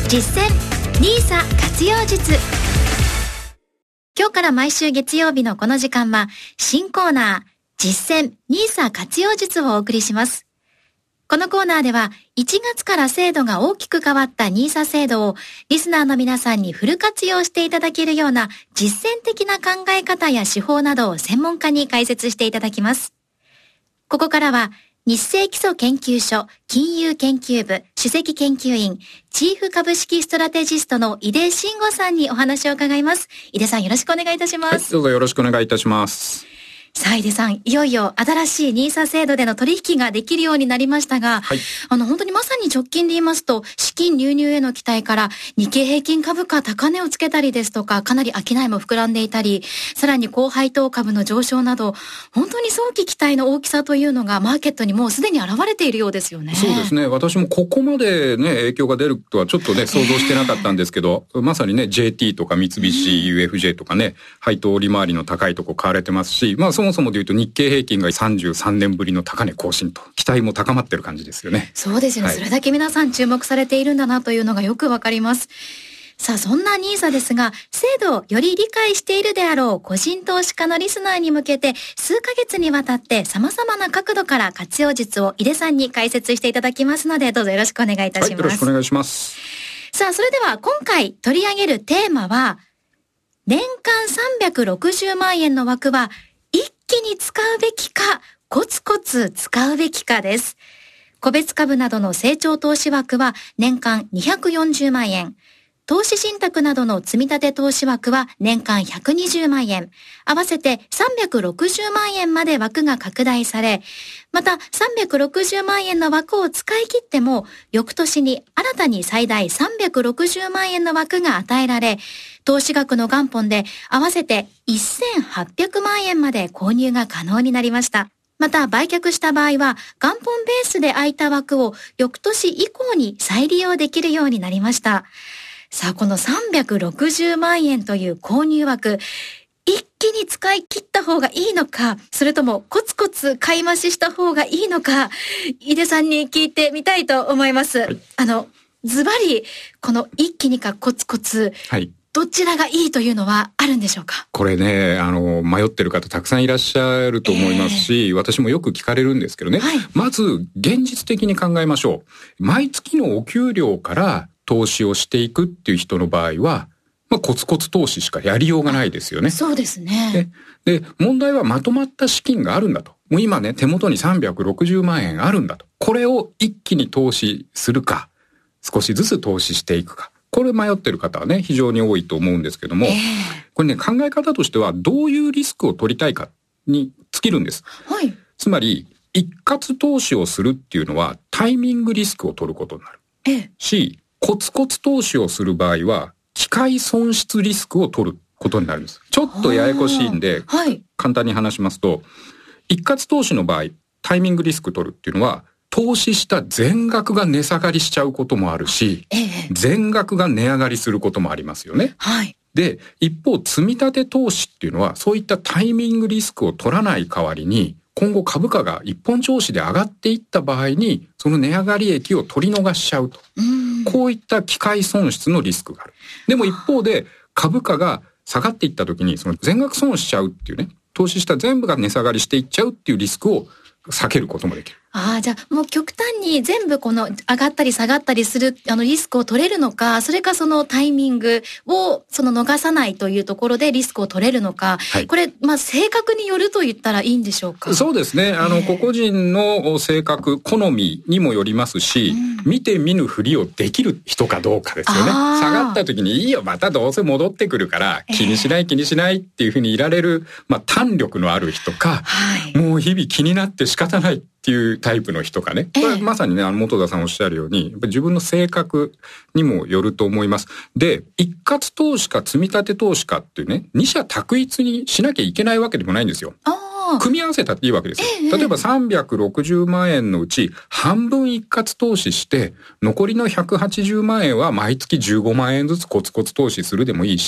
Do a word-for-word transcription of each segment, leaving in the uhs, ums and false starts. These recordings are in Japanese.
実践 ニーサ 活用術。今日から毎週月曜日のこの時間は新コーナー実践 ニーサ 活用術をお送りします。このコーナーではいちがつから制度が大きく変わった ニーサ 制度をリスナーの皆さんにフル活用していただけるような実践的な考え方や手法などを専門家に解説していただきます。ここからは日清基礎研究所金融研究部首席研究員チーフ株式ストラテジストの井出慎吾さんにお話を伺います。井出さん、よろしくお願いいたします。 はい、どうぞよろしくお願いいたします。 さあ井出さん、いよいよ新しい ニーサ 制度での取引ができるようになりましたが、はい、あの本当にまさに直近で言いますと資金流入への期待から日経平均株価高値をつけたりですとか、かなり商いも膨らんでいたり、さらに高配当株の上昇など本当に早期期待の大きさというのがマーケットにもうすでに現れているようですよね。 そうですね。私もここまでね影響が出るとはちょっとね想像してなかったんですけど、えー、まさにね ジェーティー とか三菱 ユーエフジェー とかね、配当利回りの高いとこ買われてますし、まあそもそもで言うと日経平均がさんじゅうさんねんぶりの高値更新と期待も高まってる感じですよね。 そうですよね、はい、それだけ皆さん注目されているんだなというのがよくわかります。さあそんな ニーサ ですが、制度をより理解しているであろう個人投資家のリスナーに向けて数ヶ月にわたって様々な角度から活用術を井出さんに解説していただきますので、どうぞよろしくお願いいたします。はい、 よろしくお願いします。 さあそれでは今回取り上げるテーマは、年間さんびゃくろくじゅうまんえんの枠は一気に使うべきか、コツコツ使うべきかです。個別株などの成長投資枠は年間にひゃくよんじゅうまんえん。投資信託などの積み立て投資枠は年間ひゃくにじゅうまんえん。合わせてさんびゃくろくじゅうまんえんまで枠が拡大され、またさんびゃくろくじゅうまんえんの枠を使い切っても、翌年に新たに最大さんびゃくろくじゅうまんえんの枠が与えられ、投資額の元本で合わせてせんはっぴゃくまんえんまで購入が可能になりました。また売却した場合は元本ベースで空いた枠を翌年以降に再利用できるようになりました。さあこのさんびゃくろくじゅうまんえんという購入枠、一気に使い切った方がいいのか、それともコツコツ買い増しした方がいいのか、井出さんに聞いてみたいと思います。はい、あのズバリこの一気にかコツコツ、はい、どちらがいいというのはあるんでしょうか。 これね、あの迷ってる方たくさんいらっしゃると思いますし、えー、私もよく聞かれるんですけどね、はい、まず現実的に考えましょう。毎月のお給料から投資をしていくっていう人の場合は、まあ、コツコツ投資しかやりようがないですよね。 そうですね。 で、で問題はまとまった資金があるんだと。もう今ね、手元にさんびゃくろくじゅうまんえんあるんだと。これを一気に投資するか、少しずつ投資していくか。これ迷ってる方はね、非常に多いと思うんですけども、えー、これね、考え方としてはどういうリスクを取りたいかに尽きるんです。 はい。 つまり、一括投資をするっていうのはタイミングリスクを取ることになる。 えー、 し、コツコツ投資をする場合は機会損失リスクを取ることになるんです。ちょっとややこしいんで、はい、簡単に話しますと、一括投資の場合タイミングリスク取るっていうのは、投資した全額が値下がりしちゃうこともあるし、ええ、全額が値上がりすることもありますよね。 はい。 で、一方積み立て投資っていうのはそういったタイミングリスクを取らない代わりに、今後株価が一本調子で上がっていった場合にその値上がり益を取り逃しちゃうと、うこういった機会損失のリスクがある。でも一方で株価が下がっていった時にその全額損しちゃうっていうね、投資した全部が値下がりしていっちゃうっていうリスクを避けることもできる。 ああ、じゃあもう極端に全部この上がったり下がったりするあのリスクを取れるのか、それかそのタイミングをその逃さないというところでリスクを取れるのか、はい、これまあ性格によると言ったらいいんでしょうか。 そうですね。あの、えー、個々人の性格、好みにもよりますし、うん、見て見ぬふりをできる人かどうかですよね。下がった時にいいよ、またどうせ戻ってくるから気にしない気にしないっていうふうにいられる、まあ胆力のある人か、はい、もう日々気になって仕方ないっていうタイプの人かね。これはまさにね、あの本田さんおっしゃるように、やっぱり自分の性格にもよると思います。で、一括投資か積み立て投資かっていうね、二者択一にしなきゃいけないわけでもないんですよ。組み合わせたっていいわけですよ。例えばさんびゃくろくじゅうまんえんのうち半分一括投資して、残りのひゃくはちじゅうまんえんは毎月じゅうごまんえんずつコツコツ投資するでもいいし、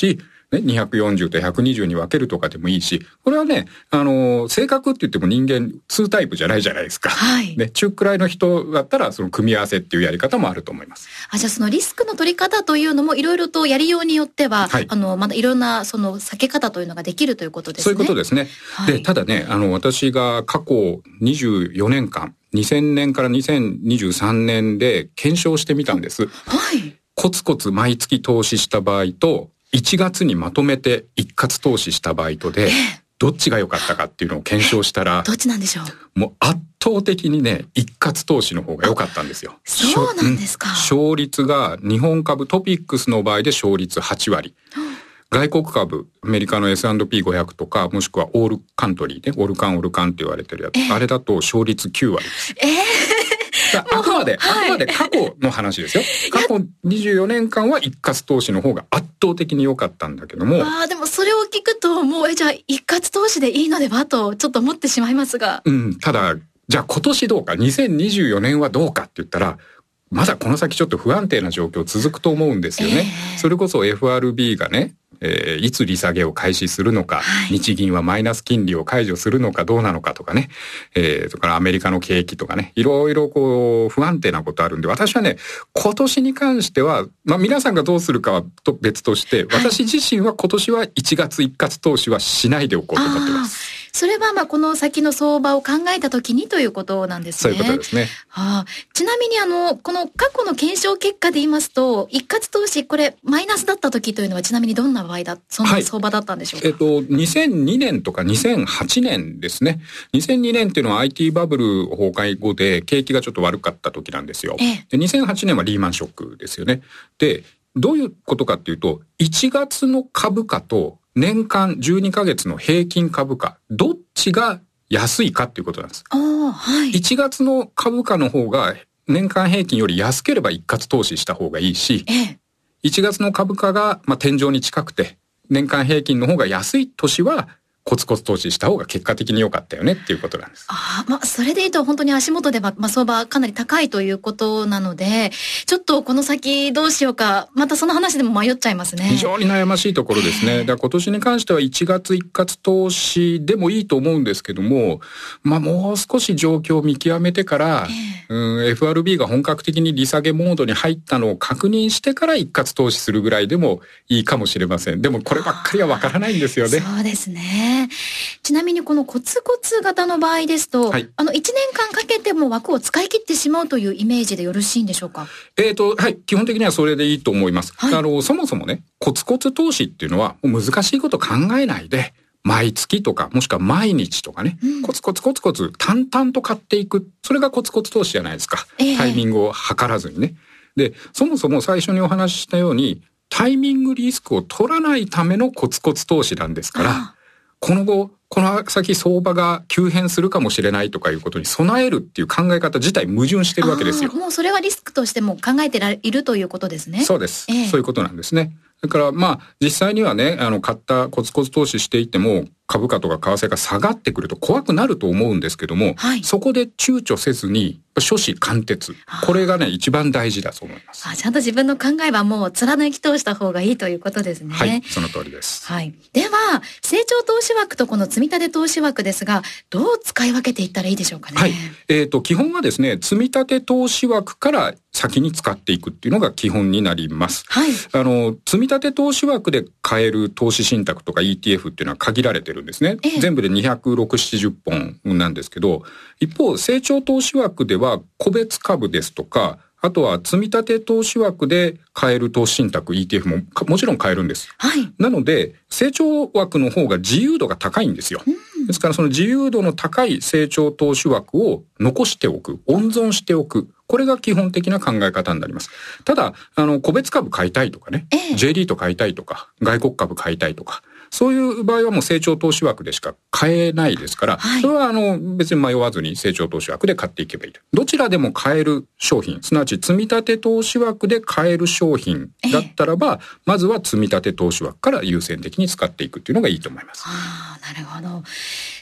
ね、にひゃくよんじゅうとひゃくにじゅうに分けるとかでもいいし、これはね、あの、性格って言っても人間にタイプじゃないじゃないですか。はい。ね、中くらいの人だったら、その組み合わせっていうやり方もあると思います。 あ、じゃあそのリスクの取り方というのもいろいろとやりようによっては、はい、あの、まだいろんなその避け方というのができるということですね。 そういうことですね。はい、で、ただね、あの、私が過去にじゅうよねんかん、にせんねんからにせんにじゅうさんねんで検証してみたんです。はい。コツコツ毎月投資した場合と、いちがつにまとめて一括投資した場合とで、どっちが良かったかっていうのを検証したら、 どっちなんでしょう。もう圧倒的にね、一括投資の方が良かったんですよ。 そうなんですか。 勝率が日本株トピックスの場合で勝率はちわり。外国株、アメリカの エスアンドピーごひゃく とか、もしくはオールカントリーね、オルカンオルカンって言われてるやつ。えー、あれだと勝率きゅうわりです。えー、あくまで、はい、あくまで過去の話ですよ。過去にじゅうよねんかんは一括投資の方が圧倒的に良かったんだけども。 ああ、でもそれを聞くと、もう、え、じゃあ一括投資でいいのではと、ちょっと思ってしまいますが。 うん、ただ、じゃあ今年どうか、にせんにじゅうよねんはどうかって言ったら、まだこの先ちょっと不安定な状況続くと思うんですよね。えー、それこそ エフアールビー がね、えー、いつ利下げを開始するのか、はい、日銀はマイナス金利を解除するのかどうなのかとかね、えー、それからアメリカの景気とかね、いろいろこう不安定なことあるんで、私はね、今年に関しては、まあ皆さんがどうするかはと別として、はい、私自身は今年はいちがつ一括投資はしないでおこうと思ってます。 それはまあこの先の相場を考えたときにということなんですね。 そういうことですね。 はあ、ちなみにあの、この過去の検証結果で言いますと、一括投資、これマイナスだった時というのはちなみにどんな場合だ、そんな相場だったんでしょうか。 はい、えっと、にせんにねんとかにせんはちねんですね。にせんにねんっていうのは アイティー バブル崩壊後で景気がちょっと悪かった時なんですよ。ええ、でにせんはちねんはリーマンショックですよね。で、どういうことかっていうと、いちがつの株価と年間じゅうにかげつの平均株価、どっちが安いかっていうことなんです。あ、はい。いちがつの株価の方が年間平均より安ければ一括投資した方がいいし、ええ、いちがつの株価がまあ天井に近くて年間平均の方が安い年はコツコツ投資した方が結果的に良かったよねっていうことなんです。 ああ、まあ、それで言うと本当に足元では、まあ、相場かなり高いということなので、ちょっとこの先どうしようか、またその話でも迷っちゃいますね。 非常に悩ましいところですね。だから今年に関してはいちがつ一括投資でもいいと思うんですけども、まあ、もう少し状況を見極めてから、えー、うん、エフアールビー が本格的に利下げモードに入ったのを確認してから一括投資するぐらいでもいいかもしれません。でもこればっかりはわからないんですよね。 そうですね。ちなみにこのコツコツ型の場合ですと、はい、あのいちねんかんかけても枠を使い切ってしまうというイメージでよろしいんでしょうか。 えっと、はい。基本的にはそれでいいと思います。はい、あの、そもそもね、コツコツ投資っていうのはもう難しいこと考えないで、毎月とか、もしくは毎日とかね、うん、コツコツコツコツ淡々と買っていく。それがコツコツ投資じゃないですか。えー、タイミングを測らずにね。で、そもそも最初にお話ししたように、タイミングリスクを取らないためのコツコツ投資なんですから、この後、この先相場が急変するかもしれないとかいうことに備えるっていう考え方自体矛盾してるわけですよ。 もうそれはリスクとしても考えているということですね。 そうです。ええ、そういうことなんですね。だからまあ実際にはね、あの買ったコツコツ投資していても株価とか為替が下がってくると怖くなると思うんですけども、はい、そこで躊躇せずに初志貫徹、これがね一番大事だと思います。 あ、ちゃんと自分の考えはもう貫き通した方がいいということですね。 はい、その通りです。 はい。では成長投資枠とこの積立投資枠ですが、どう使い分けていったらいいでしょうかね。 はい。えっと基本はですね、積立投資枠から先に使っていくっていうのが基本になります。はい。あの積立投資枠で買える投資信託とか イーティーエフ っていうのは限られてるんですね。ええ、全部でにひゃくろくじゅう、ななじゅっぽんなんですけど、一方成長投資枠では個別株ですとか、あとは積立投資枠で買える投資信託 イーティーエフ ももちろん買えるんです。はい。なので成長枠の方が自由度が高いんですよ。うん、ですからその自由度の高い成長投資枠を残しておく、温存しておく。これが基本的な考え方になります。ただ、あの、個別株買いたいとかね、ええ、J リート買いたいとか、外国株買いたいとか、そういう場合はもう成長投資枠でしか買えないですから、はい、それはあの別に迷わずに成長投資枠で買っていけばいい。どちらでも買える商品、すなわち積立投資枠で買える商品だったらば、ええ、まずは積立投資枠から優先的に使っていくっていうのがいいと思います。 ああ、なるほど。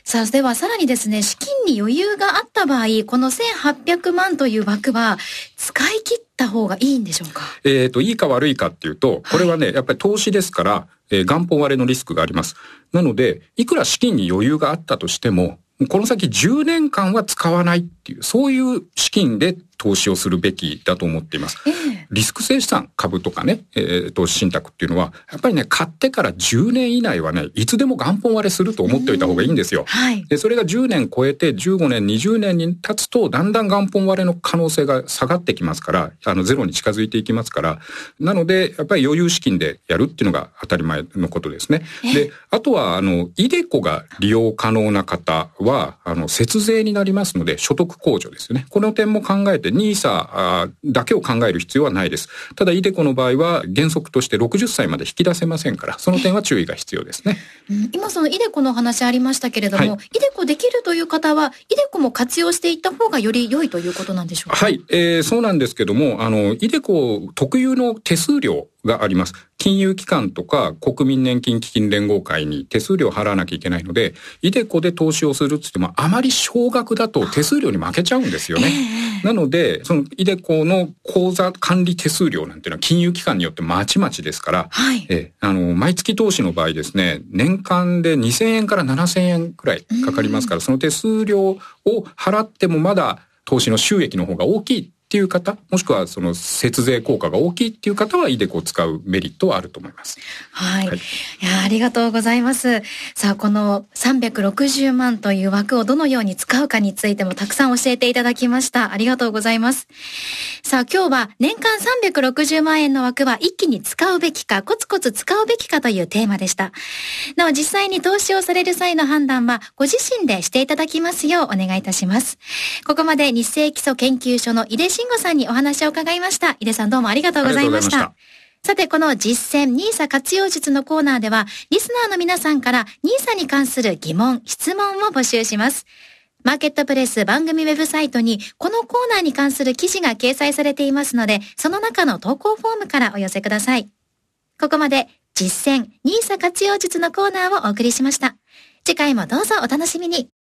さあ、ではさらにですね、資金に余裕があった場合、このせんはっぴゃくまんという枠は使い切った方がいいんでしょうか？ えっと、いいか悪いかっていうと、これはね、はい、やっぱり投資ですから、えー、元本割れのリスクがあります。なので、いくら資金に余裕があったとしても、この先じゅうねんかんは使わないっていう、そういう資金で投資をするべきだと思っています。えー、リスク性資産、株とかね、えー、投資信託っていうのは、やっぱりね、買ってからじゅうねん以内はね、いつでも元本割れすると思っておいた方がいいんですよ。はい、で、それがじゅうねん超えてじゅうごねん、にじゅうねんに経つと、だんだん元本割れの可能性が下がってきますから、あの、ゼロに近づいていきますから、なので、やっぱり余裕資金でやるっていうのが当たり前のことですね。で、あとは、あの、イデコが利用可能な方は、あの、節税になりますので、所得控除ですよね。この点も考えて、ニーサだけを考える必要はないです。ただ、イデコの場合は原則としてろくじゅっさいまで引き出せませんから、その点は注意が必要ですね。 うん、今そのイデコの話ありましたけれども、はい、イデコできるという方は、イデコも活用していった方がより良いということなんでしょうか？ はい、えー、そうなんですけども、あの、イデコ特有の手数料があります。金融機関とか国民年金基金連合会に手数料を払わなきゃいけないので、イデコで投資をするって言ってもあまり少額だと手数料に負けちゃうんですよね。えー、なので、そのイデコの口座管理手数料なんていうのは金融機関によってまちまちですから、はい、えー、あの、毎月投資の場合ですね、年間でにせんえんからななせんえんくらいかかりますから、その手数料を払ってもまだ投資の収益の方が大きいっていう方、もしくはその節税効果が大きいっていう方はイデコを使うメリットはあると思います。 はい。はい、いや、ありがとうございます。さあ、このさんびゃくろくじゅうまんという枠をどのように使うかについてもたくさん教えていただきました。ありがとうございます。さあ、今日は年間さんびゃくろくじゅうまんえんの枠は一気に使うべきか、コツコツ使うべきかというテーマでした。なお、実際に投資をされる際の判断はご自身でしていただきますようお願いいたします。ここまで日清基礎研究所の井出慎吾さんにお話を伺いました。井出さん、どうもありがとうございました。さて、この実践 ニーサ 活用術のコーナーでは、リスナーの皆さんから ニーサ に関する疑問、質問を募集します。マーケットプレス番組ウェブサイトにこのコーナーに関する記事が掲載されていますので、その中の投稿フォームからお寄せください。ここまで実践 ニーサ 活用術のコーナーをお送りしました。次回もどうぞお楽しみに。